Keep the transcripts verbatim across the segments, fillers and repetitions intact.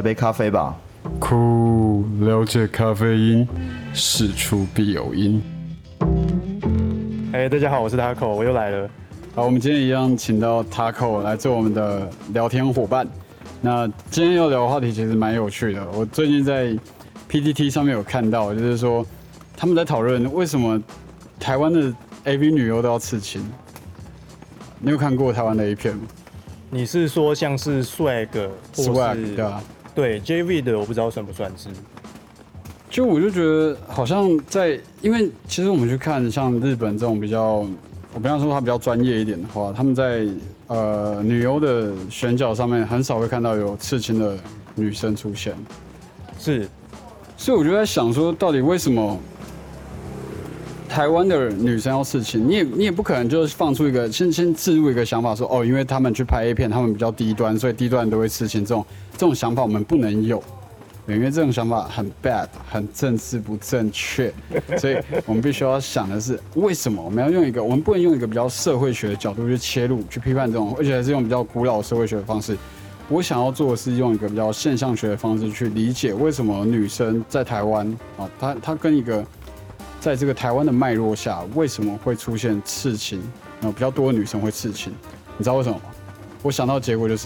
来杯咖啡吧。 酷，了解咖啡因，事出必有因。 哎、大家好，我是 Taco， 我又来了。 好，我们今天一样请到 Taco 来做我们的聊天伙伴。那今天要聊的话题其实蛮有趣的，我最近在 P T T 上面有看到，就是说他们在讨论为什么台湾的 A V 女优都要刺青。你有看过台湾的 A 片吗？ 你是说像是 swag 或是 Swag 对啊， 对 J V 的，我不知道算不算是。 就我就觉得好像在，因为其实我们去看像日本这种比较，我不要说它比较专业一点的话，他们在呃女优的选角上面很少会看到有刺青的女生出现， 是， 所以我就在想说，到底为什么台湾的女生要刺青？你也你也不可能就是放出一个先先置入一个想法说，哦，因为他们去拍 A 片，他们比较低端，所以低端人都会刺青，这种这种想法我们不能有。因为这种想法很 bad， 很政治不正确，所以我们必须要想的是，为什么我们要用一个，我们不能用一个比较社会学的角度去切入，去批判这种，而且还是用比较古老的社会学的方式。我想要做的是用一个比较现象学的方式去理解为什么女生在台湾啊，她她跟一个在这个台湾的脉络下，为什么会出现刺青？啊，比较多的女生会刺青，你知道为什么吗？我想到的结果就是。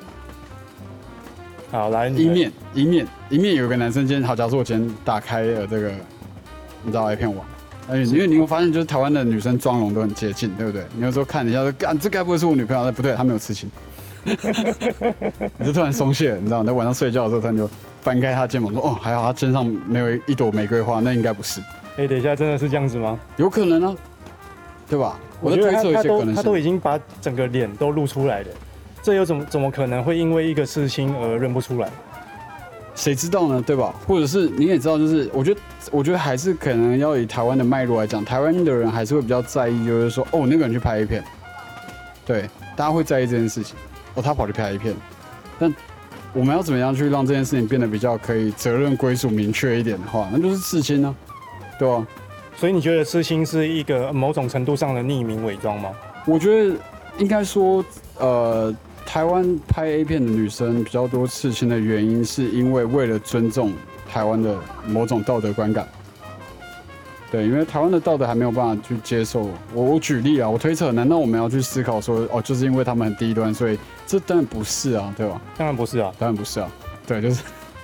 好，来一面一面一面有个男生今天，好，假如说我今天打开了这个，你知道 A 片网，哎，因为你会发现，就是台湾的女生妆容都很接近，对不对？你有时候看一下说，干，这该不会是我女朋友？不对，她没有刺青，你就突然松懈了，你知道？你在晚上睡觉的时候，突然就翻开她肩膀说，哦，还好她肩上没有一朵玫瑰花，那应该不是。 哎、欸，等一下，真的是这样子吗？ 有可能啊，对吧？ 我在推测一些可能性。他都已经把整个脸都露出来了。这又怎么怎么可能会因为一个刺青而认不出来？ 谁知道呢，对吧？或者是你也知道，就是我觉得，我觉得还是可能要以台湾的脉络来讲，台湾的人还是会比较在意，就是说，哦，那个人去拍 A 片，对，大家会在意这件事情。哦，他跑去拍 A 片，但我们要怎么样去让这件事情变得比较可以责任归属明确一点的话，那就是刺青呢，对吧？ 所以你觉得刺青是一个某种程度上的匿名伪装吗？ 我觉得应该说，呃。台湾拍 A 片的女生比较多刺青的原因，是因为为了尊重台湾的某种道德观感。对，因为台湾的道德还没有办法去接受。我我举例啊，我推测，难道我们要去思考说，哦，就是因为他们很低端，所以这当然不是啊，对吧？ 当然不是啊， 当然不是啊，对，就是。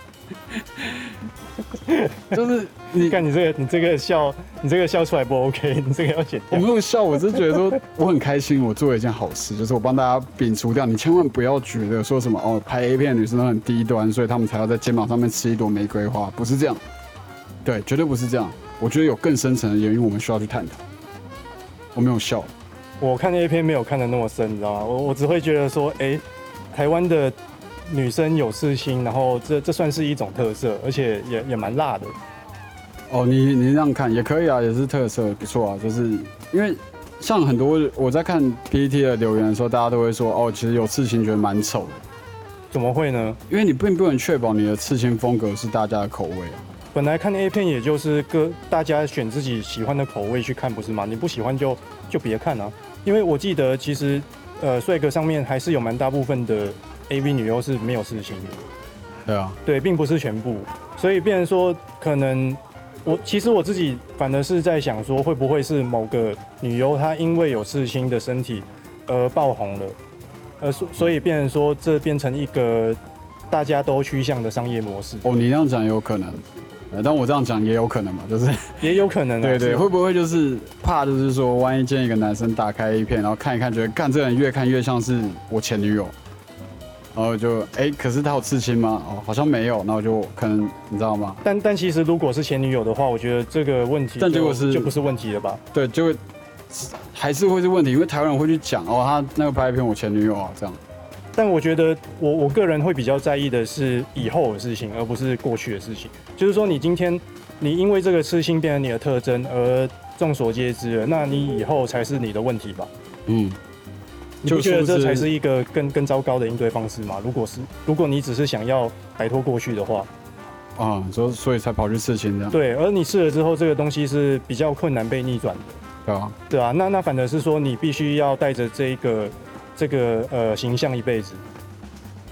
就是你看你这个你这个笑你这个笑出来不 OK， 你这个要剪掉。 我没有笑，我是觉得说我很开心，我做了一件好事，就是我帮大家摒除掉。你千万不要觉得说什么哦，拍 A 片的女生都很低端，所以他们才要在肩膀上面吃一朵玫瑰花，不是这样。对，绝对不是这样。我觉得有更深层的原因，我们需要去探讨。我没有笑， 我看 A 片没有看得那么深，你知道吗？我我只会觉得说，哎、欸，台湾的女生有刺青，然后这这算是一种特色，而且也也蛮辣的。 哦，你你这样看也可以啊，也是特色，不错啊。就是因为像很多我在看 P T T 的留言的时候，大家都会说，哦，其实有刺青觉得蛮丑的。 怎么会呢？ 因为你并不能确保你的刺青风格是大家的口味啊。 本来看 A 片也就是各大家选自己喜欢的口味去看，不是吗？你不喜欢就就别看啊。因为我记得其实呃 Swag 上面还是有蛮大部分的 A V 女优是没有刺青的。 对啊。 对，并不是全部，所以变成说可能。我其实我自己反而是在想说，会不会是某个女优她因为有刺青的身体而爆红了，呃，所以变成说这变成一个大家都趋向的商业模式。 哦，你这样讲也有可能，呃，但我这样讲也有可能嘛，就是也有可能、啊。 对对，会不会就是怕，就是说，万一今天一个男生打开一片，然后看一看，觉得干这个人越看越像是我前女友。然后就哎、欸，可是他有刺青吗？哦，好像没有。那我就可能你知道吗？ 但但其实如果是前女友的话，我觉得这个问题就， 但结果是就不是问题了吧？ 对，就会还是会是问题，因为台湾人会去讲哦，他那个拍一片我前女友啊这样。 但我觉得我我个人会比较在意的是以后的事情，而不是过去的事情。就是说，你今天你因为这个刺青变成你的特征而众所皆知了，那你以后才是你的问题吧？嗯。你不觉得这才是一个更更糟糕的应对方式吗？如果是，如果你只是想要摆脱过去的话， 啊，所所以才跑去刺青这样。 对，而你试了之后，这个东西是比较困难被逆转的。 对啊， 对啊，那那反而是说，你必须要带着这个这个呃形象一辈子。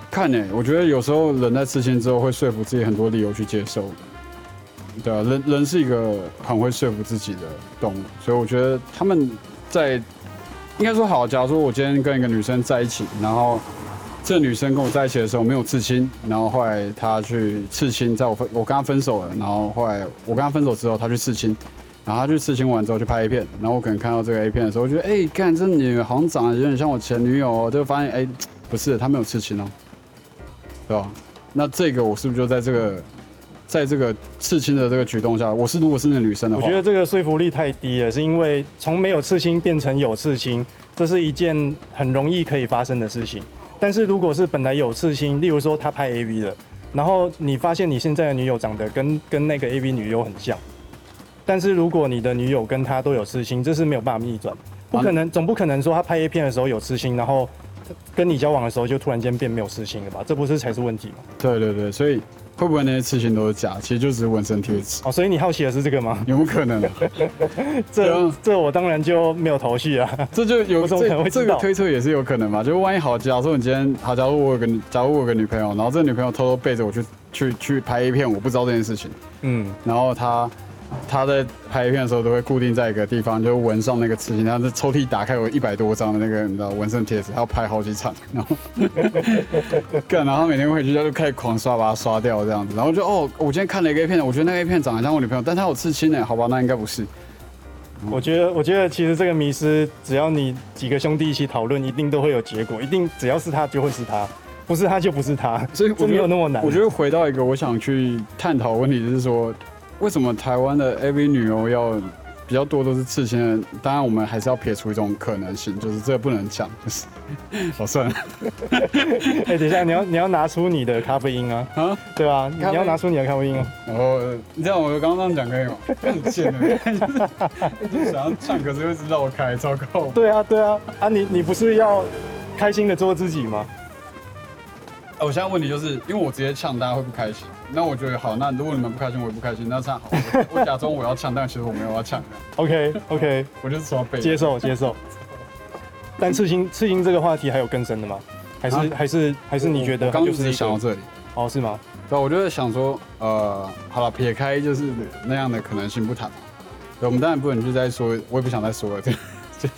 看呢、欸，我觉得有时候人在刺青之后会说服自己很多理由去接受。对啊，人人是一个很会说服自己的动物，所以我觉得他们在应该说好，假如说我今天跟一个女生在一起，然后这个女生跟我在一起的时候没有刺青，然后后来她去刺青，在我分我跟她分手了，然后后来我跟她分手之后，她去刺青，然后她去刺青完之后去拍 A 片，然后我可能看到这个 A 片的时候，我觉得哎，看、欸、这女的好像长得有点像我前女友哦，就发现哎、欸、不是，她没有刺青哦，对吧？那这个我是不是就在这个？在这个刺青的这个举动下，我是如果是那个女生的话， 我觉得这个说服力太低了，是因为从没有刺青变成有刺青，这是一件很容易可以发生的事情。但是如果是本来有刺青，例如说他拍 A V 的，然后你发现你现在的女友长得跟跟那个 A V 女优很像，但是如果你的女友跟他都有刺青，这是没有办法逆转，不可能，总不可能说他拍 A 片的时候有刺青，然后跟你交往的时候就突然间变没有刺青了吧？这不是才是问题吗？ 对对对，所以。会不会那些刺青都是假？其实就只是纹身贴纸。 哦，所以你好奇的是这个吗？ 有没有可能？ 这这我当然就没有头绪啊。 这就有我怎么可能会知道？ 这个推测也是有可能嘛？就万一好，假如说你今天好，假如我有个假如我有个女朋友，然后这个女朋友偷偷背着我去去去拍 A 片，我不知道这件事情。嗯。然后她她在拍 A 片的时候都会固定在一个地方，就纹上那个刺青。然后这抽屉打开有一百多张的那个你知道纹身贴纸，她要拍好几场，然后干，然后每天回去就开始狂刷，把它刷掉这样子。然后就哦，我今天看了一个 A 片，我觉得那个 A 片长得像我女朋友，但她有刺青呢，好吧，那应该不是。 我觉得，我觉得其实这个迷思，只要你几个兄弟一起讨论，一定都会有结果，一定只要是他就会是他，不是他就不是他， 所以这没有那么难。 我觉得回到一个我想去探讨的问题，就是说，为什么台湾的 A V 女优要比较多都是刺青的？当然，我们还是要撇除一种可能性，就是这个不能讲，就是，好算了。 哎、欸，等一下，你要你要拿出你的咖啡因啊，啊，对吧？你要拿出你的咖啡因啊。 然后你这样，我刚刚这样讲可以吗？更贱了，就是想要唱，可是又一直绕开，糟糕。 对啊，对啊，啊你你不是要开心的做自己吗？ 啊，我现在问题就是，因为我直接呛，大家会不开心。那我觉得好，那如果你们不开心，我也不开心，那这样好，我, 我假装我要呛，但其实我没有要呛。 OK OK， 我就是说背。 接受接受。但刺青刺青这个话题还有更深的吗？还是、啊、还是还是你觉得？ 刚只是想到这里。 哦，是吗？ 对，我就想说，呃，好了，撇开就是那样的可能性不谈嘛。对，我们当然不能去再说，我也不想再说了，对，就是。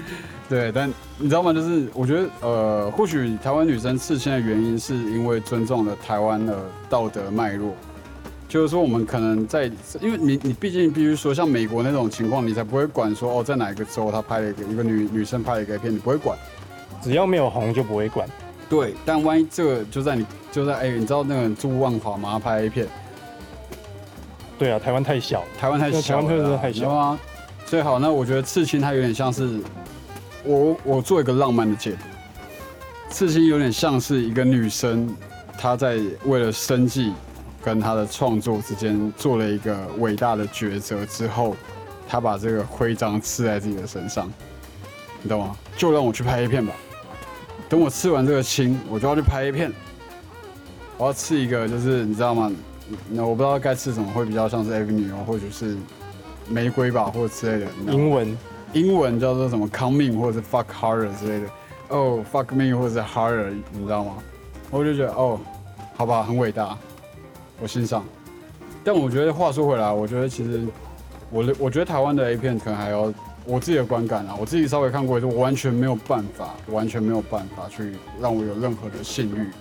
对，但你知道吗？就是我觉得，呃，或许台湾女生刺青的原因，是因为尊重了台湾的道德脉络。就是说，我们可能在，因为你你毕竟必须说，像美国那种情况，你才不会管说，哦，在哪一个州他拍了一个一个女女生拍了一个 A 片，你不会管， 只要没有红就不会管。 对，但万一这个就在你就在哎、欸，你知道那个朱万华吗？拍 A 片。 对啊，台湾太小， 台湾太小， 台湾真的太小啊。所以好，那我觉得刺青它有点像是。我我做一个浪漫的解读，刺青有点像是一个女生，她在为了生计跟她的创作之间做了一个伟大的抉择之后，她把这个徽章刺在自己的身上，你懂吗？就让我去拍 A 片吧，等我刺完这个青，我就要去拍 A 片，我要刺一个，就是你知道吗？那我不知道该刺什么，会比较像是 A V 女优，或者是玫瑰吧，或者之类的。 英文。 英文叫做什么 come in 或者是 fuck harder 之类的，哦、oh, fuck me 或者是 harder， 你知道吗？我就觉得哦，好吧，很伟大，我欣赏。但我觉得话说回来，我觉得其实我我觉得台湾的 A 片可能还要我自己的观感啊，我自己稍微看过一次，我完全没有办法，完全没有办法去让我有任何的性欲。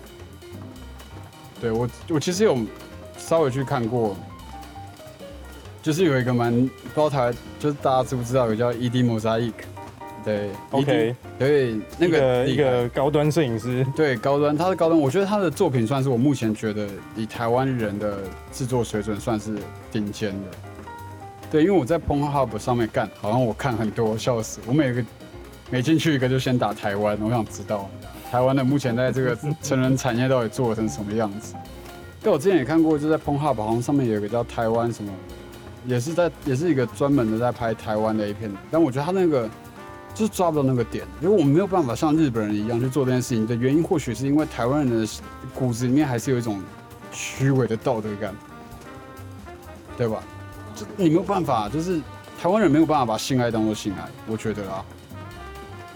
对我我其实有稍微去看过。就是有一个蛮不知道台，就是大家知不知道有个叫 E D Mosaic， 对 ，OK， 对，那个一个高端摄影师， 对高端，他的高端，我觉得他的作品算是我目前觉得以台湾人的制作水准算是顶尖的。对，因为我在 Pornhub 上面干，好像我看很多，笑死，我每个每进去一个就先打台湾，我想知道台湾的目前在这个成人产业到底做成什么样子。对，我之前也看过，就在 Pornhub 好像上面有一个叫台湾什么。也是在，也是一个专门的在拍台湾的 A 片，但我觉得他那个就是抓不到那个点，因为我们没有办法像日本人一样去做这件事情的原因，或许是因为台湾人的骨子里面还是有一种虚伪的道德感，对吧？就你没有办法，就是台湾人没有办法把性爱当做性爱，我觉得啦。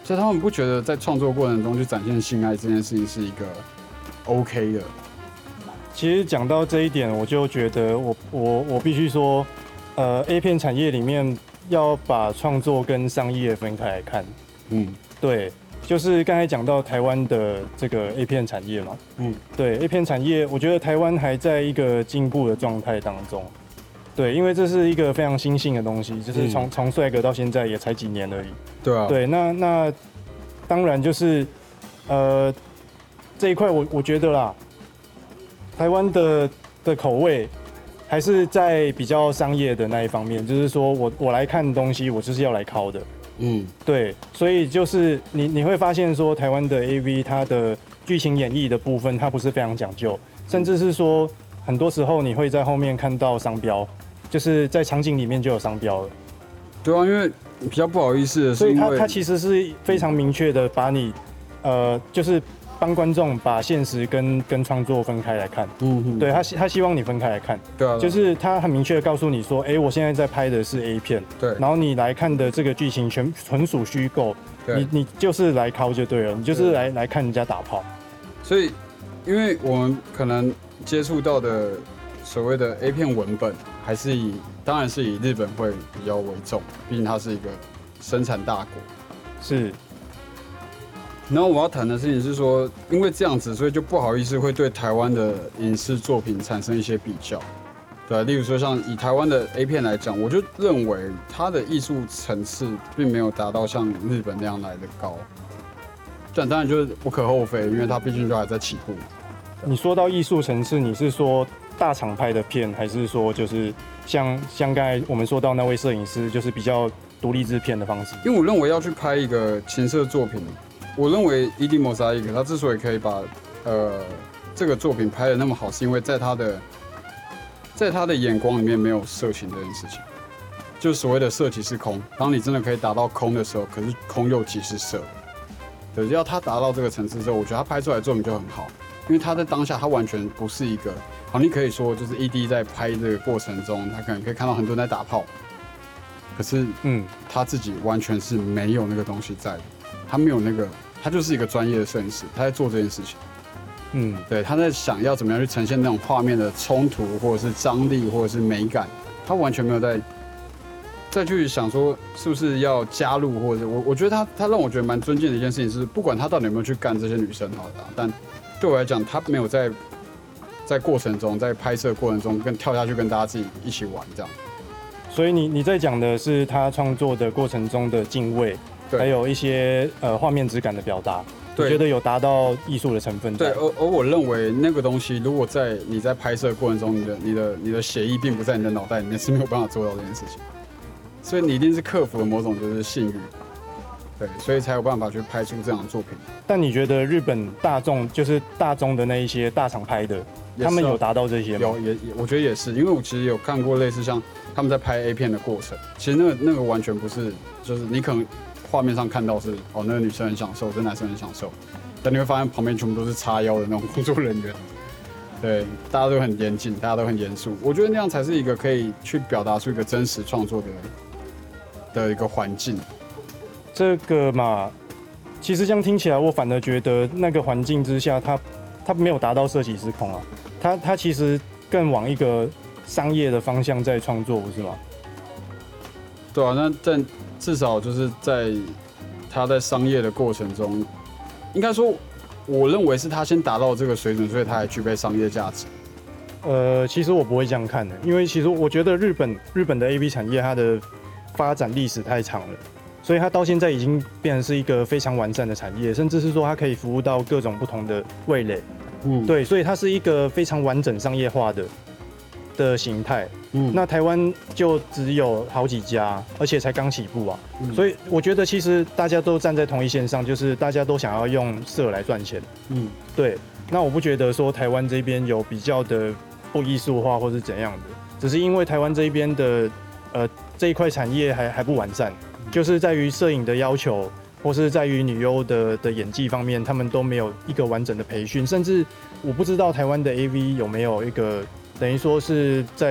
所以他们不觉得在创作过程中去展现性爱这件事情是一个 OK 的。 其实讲到这一点，我就觉得我我我必须说，呃 ，A 片产业里面要把创作跟商业分开来看。 嗯， 对，就是刚才讲到台湾的这个 A 片产业嘛。 嗯， 对 A 片产业，我觉得台湾还在一个进步的状态当中。对，因为这是一个非常新兴的东西，就是从从帅哥到现在也才几年而已。 对啊。 对，那那当然就是呃这一块我我觉得啦，台湾的的口味还是在比较商业的那一方面，就是说我我来看东西，我就是要来拷的。 嗯， 对，所以就是你你会发现说，台湾的 A V 它的剧情演绎的部分，它不是非常讲究，甚至是说很多时候你会在后面看到商标，就是在场景里面就有商标了。 对啊，因为比较不好意思的是所以它因为它其实是非常明确的把你，呃，就是帮观众把现实跟跟创作分开来看。 嗯嗯， 对他他希望你分开来看， 对啊， 就是他很明确的告诉你说，哎，我现在在拍的是 A 片， 对， 然后你来看的这个剧情全纯属虚构， 对你你就是来拷就对了，你就是来来看人家打炮。 所以，因为我们可能接触到的所谓的 A 片文本，还是以当然是以日本会比较为重，毕竟它是一个生产大国。 是。 然后我要谈的事情是说，因为这样子，所以就不好意思会对台湾的影视作品产生一些比较。对啊，例如说像以台湾的 A 片来讲，我就认为它的艺术层次并没有达到像日本那样来的高。但当然就是无可厚非，因为它毕竟就还在起步。 你说到艺术层次，你是说大厂拍的片，还是说就是像像刚才我们说到那位摄影师，就是比较独立制片的方式？ 因为我认为要去拍一个情色作品，我认为伊迪莫萨伊克他之所以可以把呃这个作品拍得那么好，是因为在他的在他的眼光里面没有色情这件事情，就是所谓的色即是空。当你真的可以达到空的时候，可是空又即是色。对，要他达到这个层次之后，我觉得他拍出来的作品就很好，因为他在当下他完全不是一个好，你可以说就是 E D 在拍这个过程中，他可能可以看到很多人在打炮，可是嗯，他自己完全是没有那个东西在的，他没有那个，他就是一个专业的摄影师，他在做这件事情。嗯，对，他在想要怎么样去呈现那种画面的冲突，或者是张力，或者是美感，他完全没有在再去想说是不是要加入，或者我我觉得他他让我觉得蛮尊敬的一件事情是，不管他到底有没有去干这些女生好的、啊，但对我来讲，他没有在在过程中，在拍摄过程中跟跳下去跟大家自己一起玩这样。 所以你你在讲的是他创作的过程中的敬畏，还有一些呃画面质感的表达。我觉得有达到艺术的成分。 对，而而我认为那个东西，如果在你在拍摄过程中，你的你的你的血意并不在你的脑袋里面，是没有办法做到这件事情。所以你一定是克服了某种就是性欲，对，所以才有办法去拍出这样的作品。 但你觉得日本大众就是大众的那一些大厂拍的，他们有达到这些吗？ 有，也也，我觉得也是，因为我其实有看过类似像他们在拍 A 片的过程，其实那个那个完全不是，就是你可能画面上看到是哦，那个女生很享受，这男生很享受，但你会发现旁边全部都是叉腰的那种工作人员，对，大家都很严谨，大家都很严肃，我觉得那样才是一个可以去表达出一个真实创作的的一个环境。 这个嘛，其实这样听起来，我反而觉得那个环境之下，它它没有达到色即是空啊，它它其实更往一个商业的方向在创作，不是吗？ 对啊，那但至少就是在他在商业的过程中，应该说，我认为是他先达到这个水准，所以他还具备商业价值。 呃，其实我不会这样看的，因为其实我觉得日本日本的 A V 产业它的发展历史太长了，所以它到现在已经变成是一个非常完善的产业，甚至是说它可以服务到各种不同的味蕾。嗯，对，所以它是一个非常完整商业化的的形态。嗯，那台湾就只有好几家，而且才刚起步啊。嗯，所以我觉得其实大家都站在同一线上，就是大家都想要用色来赚钱。嗯，对。那我不觉得说台湾这边有比较的不艺术化或是怎样的，只是因为台湾这边的呃这一块产业还还不完善，就是在于摄影的要求，或是在于女优的的演技方面，他们都没有一个完整的培训，甚至我不知道台湾的 A V 有没有一个等于说是在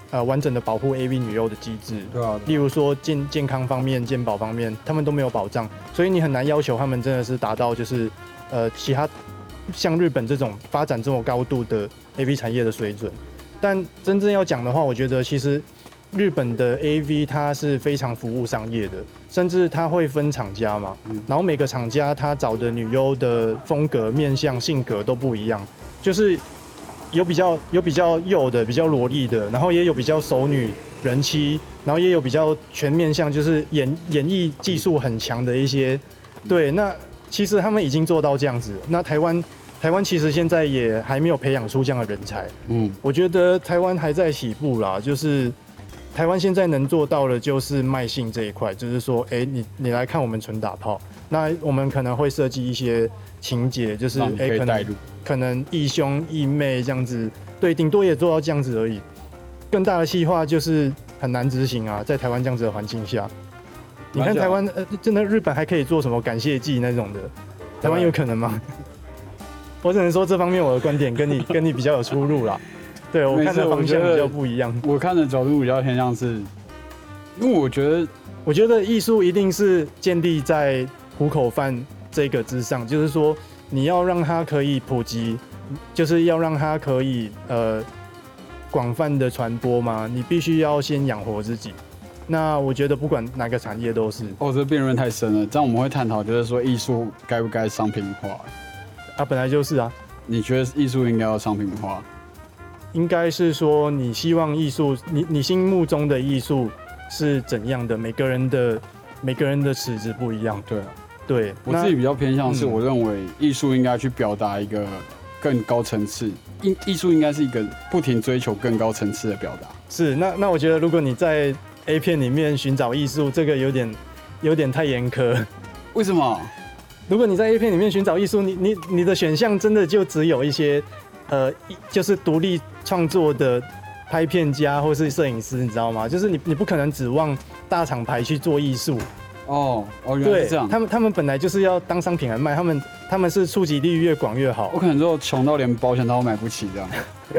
呃完整的保护 A V 女优的机制。 对啊， 例如说健健康方面、健保方面，他们都没有保障，所以你很难要求他们真的是达到就是呃其他像日本这种发展这么高度的 A V 产业的水准。但真正要讲的话，我觉得其实日本的 A V 它是非常服务商业的，甚至它会分厂家嘛， 嗯、 然后每个厂家他找的女优的风格、面相、性格都不一样，就是有比较有比较幼的、比较萝莉的，然后也有比较熟女人妻，然后也有比较全面向，就是演演艺技术很强的一些。对，那其实他们已经做到这样子。那台湾台湾其实现在也还没有培养出这样的人才。嗯，我觉得台湾还在起步啦，就是台湾现在能做到的就是卖性这一块，就是说，哎、欸，你你来看我们纯打炮，那我们可能会设计一些情节，就是哎、欸，可能可能义兄义妹这样子，对，顶多也做到这样子而已。更大的企划就是很难执行啊，在台湾这样子的环境下，你看台湾呃，真的日本还可以做什么感谢祭那种的，台湾有可能吗？我只能说这方面我的观点跟你跟你比较有出入啦。对我看的方向比较不一样， 我看的角度比较偏向是，因为我觉得， 我觉得艺术一定是建立在糊口饭这个之上，就是说你要让它可以普及，就是要让它可以呃广泛的传播嘛，你必须要先养活自己。那我觉得不管哪个产业都是。 哦，这辩论太深了，这样我们会探讨，就是说艺术该不该商品化？ 啊，本来就是啊。 你觉得艺术应该要商品化？ 应该是说，你希望艺术，你你心目中的艺术是怎样的？每个人的每个人的尺子不一样。 对啊， 对我自己比较偏向是，我认为艺术应该去表达一个更高层次，艺艺术应该是一个不停追求更高层次的表达。 是，那那我觉得，如果你在 A 片里面寻找艺术，这个有点有点太严苛。 为什么？ 如果你在 A 片里面寻找艺术，你你你的选项真的就只有一些。呃，就是独立创作的拍片家或是摄影师，你知道吗？就是你你不可能指望大厂牌去做艺术。 哦哦，原来是这样。 他们他们本来就是要当商品来卖，他们他们是触及率越广越好。 我可能就穷到连保险套都买不起这样。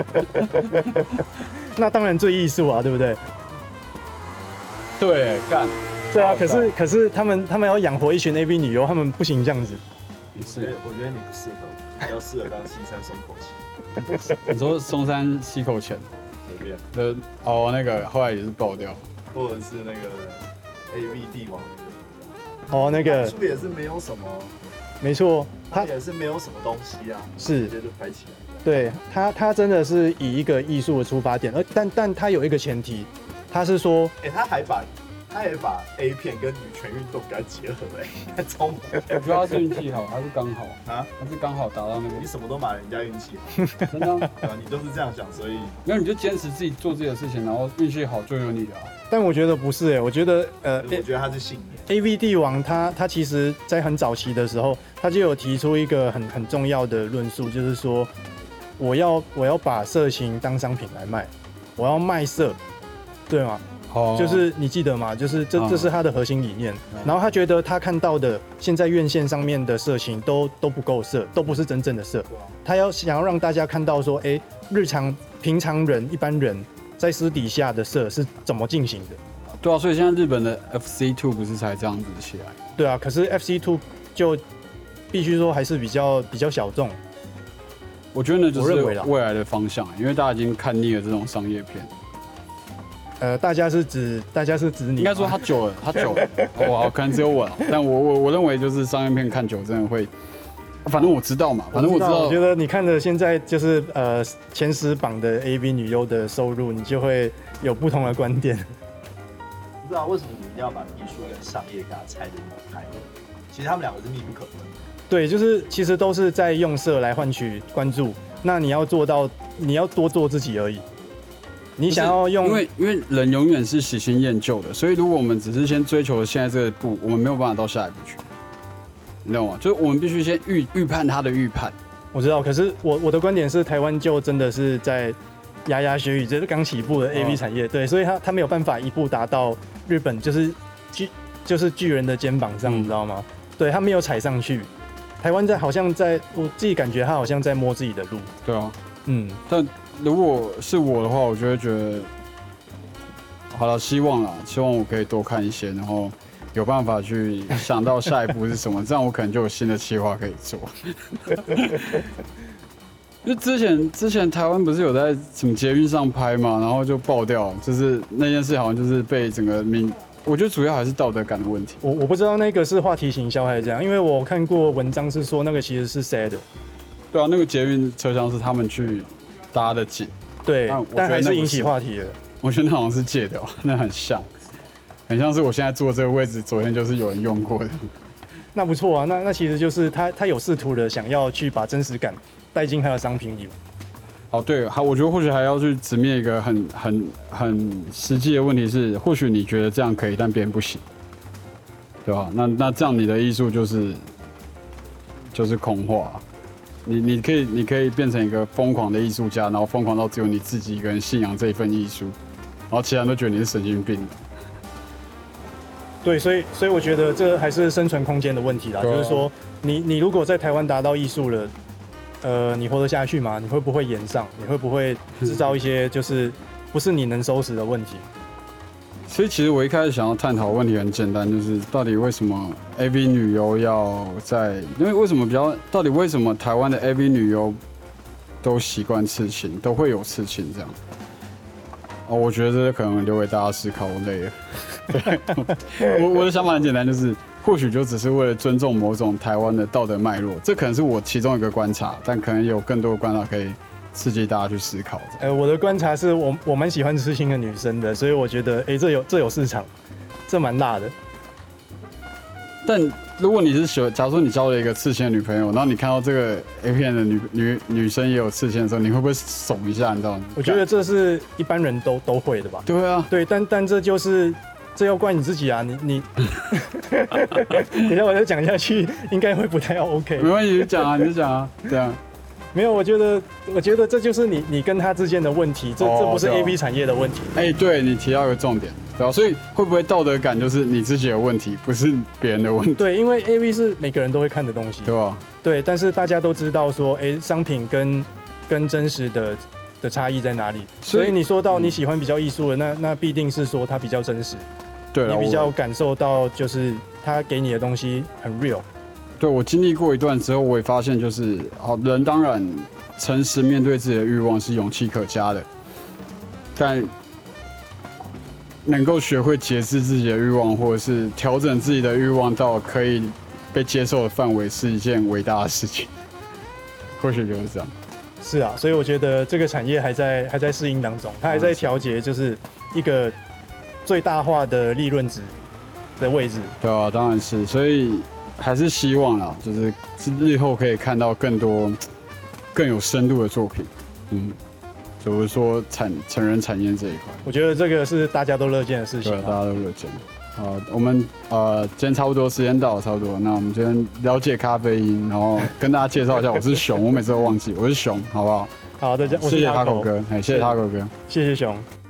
那当然最艺术啊，对不对？ 对，干。 对啊，可是可是他们他们要养活一群 A V 女优，他们不行这样子。 是，我觉得你不适合，比较适合当西山松口气。 你说松山溪口钱随便的哦，那个后来也是爆掉， 或者是那个 A V 帝王哦，那个书也是没有什么， 没错， 他也是没有什么东西啊， 是直接就拍起来。 对他，他真的是以一个艺术的出发点，而但但他有一个前提，他是说， 哎、欸，他还把。他也把 A 片跟女权运动给它结合哎、欸，超猛！ 我觉得他是运气好，他是刚好啊， 他是刚好达到那个。 你什么都骂人家运气好， 真的、啊？ 对吧？你就是这样想，所以没有你就坚持自己做自己的事情，然后运气好就有你的、啊。 但我觉得不是哎、欸，我觉得呃， 我觉得他是信念。 A V 帝王他他其实在很早期的时候，他就有提出一个很很重要的论述，就是说我要我要把色情当商品来卖，我要卖色，对吗？就是你记得吗？就是这这是他的核心理念。然后他觉得他看到的现在院线上面的色情都都不够色，都不是真正的色。他要想要让大家看到说，哎，日常平常人一般人在私底下的色是怎么进行的。 对啊，所以现在日本的 F C 二 不是才这样子起来？ 对啊，可是 F C 二 就必须说还是比较比较小众。 我觉得呢，就是未来的方向，因为大家已经看腻了这种商业片。 呃，大家是指大家是指你， 应该说他久了，他久了，哇，可能只有我了，但我我我认为就是商业片看久真的会，反正我知道嘛，反正我知道。 我觉得你看的现在就是呃前十榜的 A V 女优的收入，你就会有不同的观点。 不知道为什么你一定要把艺术跟商业给它拆得那么开？其实他们两个是密不可分。 对，就是其实都是在用色来换取关注，那你要做到，你要多做自己而已。你想要用， 因为因为人永远是喜新厌旧的，所以如果我们只是先追求现在这个步，我们没有办法到下一步去，你知道吗？就是我们必须先预预判他的预判。 我知道，可是我我的观点是，台湾就真的是在牙牙学语，这是刚起步的 A V 产业，哦、对，所以他他没有办法一步达到日本就是巨就是巨人的肩膀上，嗯、你知道吗？对他没有踩上去，台湾在好像在我自己感觉他好像在摸自己的路。 对啊， 嗯， 但。如果是我的话，我就会觉得好了，希望啦，希望我可以多看一些，然后有办法去想到下一步是什么，这样我可能就有新的企划可以做。就之前之前台湾不是有在什么捷运上拍嘛，然后就爆掉，就是那件事好像就是被整个民，我觉得主要还是道德感的问题。 我我不知道那个是话题行销还是这样，因为我看过文章是说那个其实是 sad 的。 对啊，那个捷运车厢是他们去搭的景， 对， 但但还是引起话题了。 我觉得那好像是借的、喔，那很像，很像是我现在坐这个位置，昨天就是有人用过的。 那不错啊，那那其实就是他他有试图的想要去把真实感带进他的商品里。 哦，对，还我觉得或许还要去直面一个很很很实际的问题是，或许你觉得这样可以，但别人不行，对吧？那那这样你的艺术就是就是空话。你你可以你可以变成一个疯狂的艺术家，然后疯狂到只有你自己一个人信仰这一份艺术，然后其他人都觉得你是神经病。 对，所以所以我觉得这还是生存空间的问题啦。就是说，你你如果在台湾达到艺术了，呃，你活得下去吗？你会不会演上？你会不会制造一些就是不是你能收拾的问题？ 所以其实我一开始想要探讨的问题很简单，就是到底为什么 A V 女优要在，因为为什么比较，到底为什么台湾的 A V 女优都习惯刺青，都会有刺青这样？哦，我觉得这可能留给大家思考，我累了。对，我我的想法很简单，就是或许就只是为了尊重某种台湾的道德脉络，这可能是我其中一个观察，但可能有更多的观察可以刺激大家去思考。 呃，我的观察是我我蛮喜欢刺青的女生的，所以我觉得，哎、欸，这有这有市场，这蛮辣的。 但如果你是喜欢，假如说你交了一个刺青的女朋友，然后你看到这个 A 片的女女女生也有刺青的时候，你会不会怂一下？你知道吗？ 我觉得这是一般人都都会的吧。 对啊， 对，但但这就是这要怪你自己啊！你你，等一下我再讲下去，应该会不太 OK。 没关系，你讲啊，你就讲啊，对啊。 没有，我觉得，我觉得这就是你你跟他之间的问题，这、哦、这不是 A V 产业的问题。 哎、欸，对你提到一个重点，对吧？所以会不会道德感就是你自己的问题，不是别人的问题？ 对，因为 A V 是每个人都会看的东西， 对吧？ 对，但是大家都知道说，哎、欸，商品跟跟真实的的差异在哪里？所以, 所以你说到你喜欢比较艺术的，那那必定是说它比较真实， 对， 你比较感受到就是他给你的东西很 real。 对，我经历过一段之后，我也发现就是，好人当然诚实面对自己的欲望是勇气可嘉的，但能够学会节制自己的欲望，或者是调整自己的欲望到可以被接受的范围，是一件伟大的事情。或许就是这样。 是啊，所以我觉得这个产业还在还在适应当中，它还在调节，就是一个最大化的利润值的位置。 对啊，当然是，所以。还是希望啦，就是日后可以看到更多更有深度的作品，嗯，比如说产成人产业这一块， 我觉得这个是大家都乐见的事情、啊， 对，大家都乐见。好，我们呃今天差不多时间到了，差不多，那我们今天了解咖啡因，然后跟大家介绍一下，我是熊，我每次都忘记我是熊，好不好？ 好的， 谢谢他狗哥，哎，谢谢他狗哥， 谢谢熊。